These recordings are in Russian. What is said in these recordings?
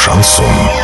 Шансон.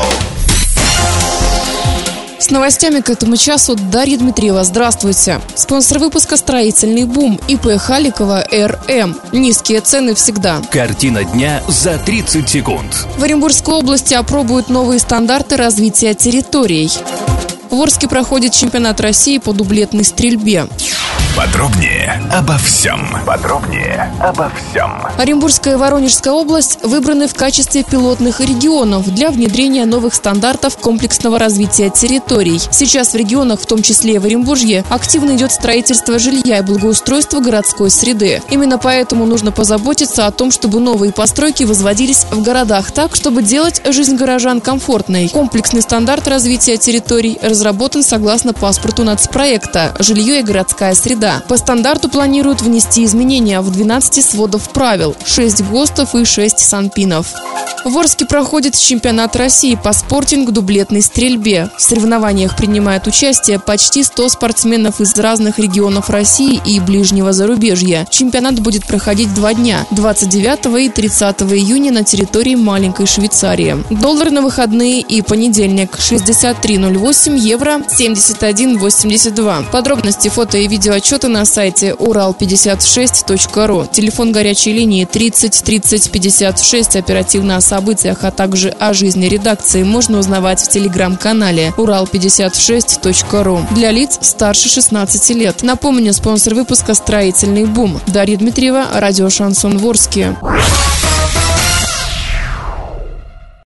С новостями к этому часу Дарья Дмитриева. Здравствуйте. Спонсор выпуска «Строительный бум» ИП Халикова РМ. Низкие цены всегда. Картина дня за 30 секунд. В Оренбургской области опробуют новые стандарты развития территорий. В Орске проходит чемпионат России по дублетной стрельбе. Подробнее обо всем. Оренбургская и Воронежская область выбраны в качестве пилотных регионов для внедрения новых стандартов комплексного развития территорий. Сейчас в регионах, в том числе и в Оренбурге, активно идет строительство жилья и благоустройство городской среды. Именно поэтому нужно позаботиться о том, чтобы новые постройки возводились в городах так, чтобы делать жизнь горожан комфортной. Комплексный стандарт развития территорий разработан согласно паспорту нацпроекта «Жилье и городская среда». По стандарту планируют внести изменения в 12 сводов правил, 6 ГОСТов и 6 санпинов. В Орске проходит чемпионат России по спортинг-дублетной стрельбе. В соревнованиях принимает участие почти 100 спортсменов из разных регионов России и ближнего зарубежья. Чемпионат будет проходить 2 дня – 29 и 30 июня на территории маленькой Швейцарии. Доллар на выходные и понедельник – 63,08, евро – 71,82. Подробности, фото и видеоотчеты на сайте урал56.ру. Телефон горячей линии 30 30 56. Оперативно о событиях, а также о жизни редакции можно узнавать в телеграм-канале урал56.ру для лиц старше 16 лет. Напомню, спонсор выпуска «Строительный бум». Дарья Дмитриева, радио «Шансон» в Орске.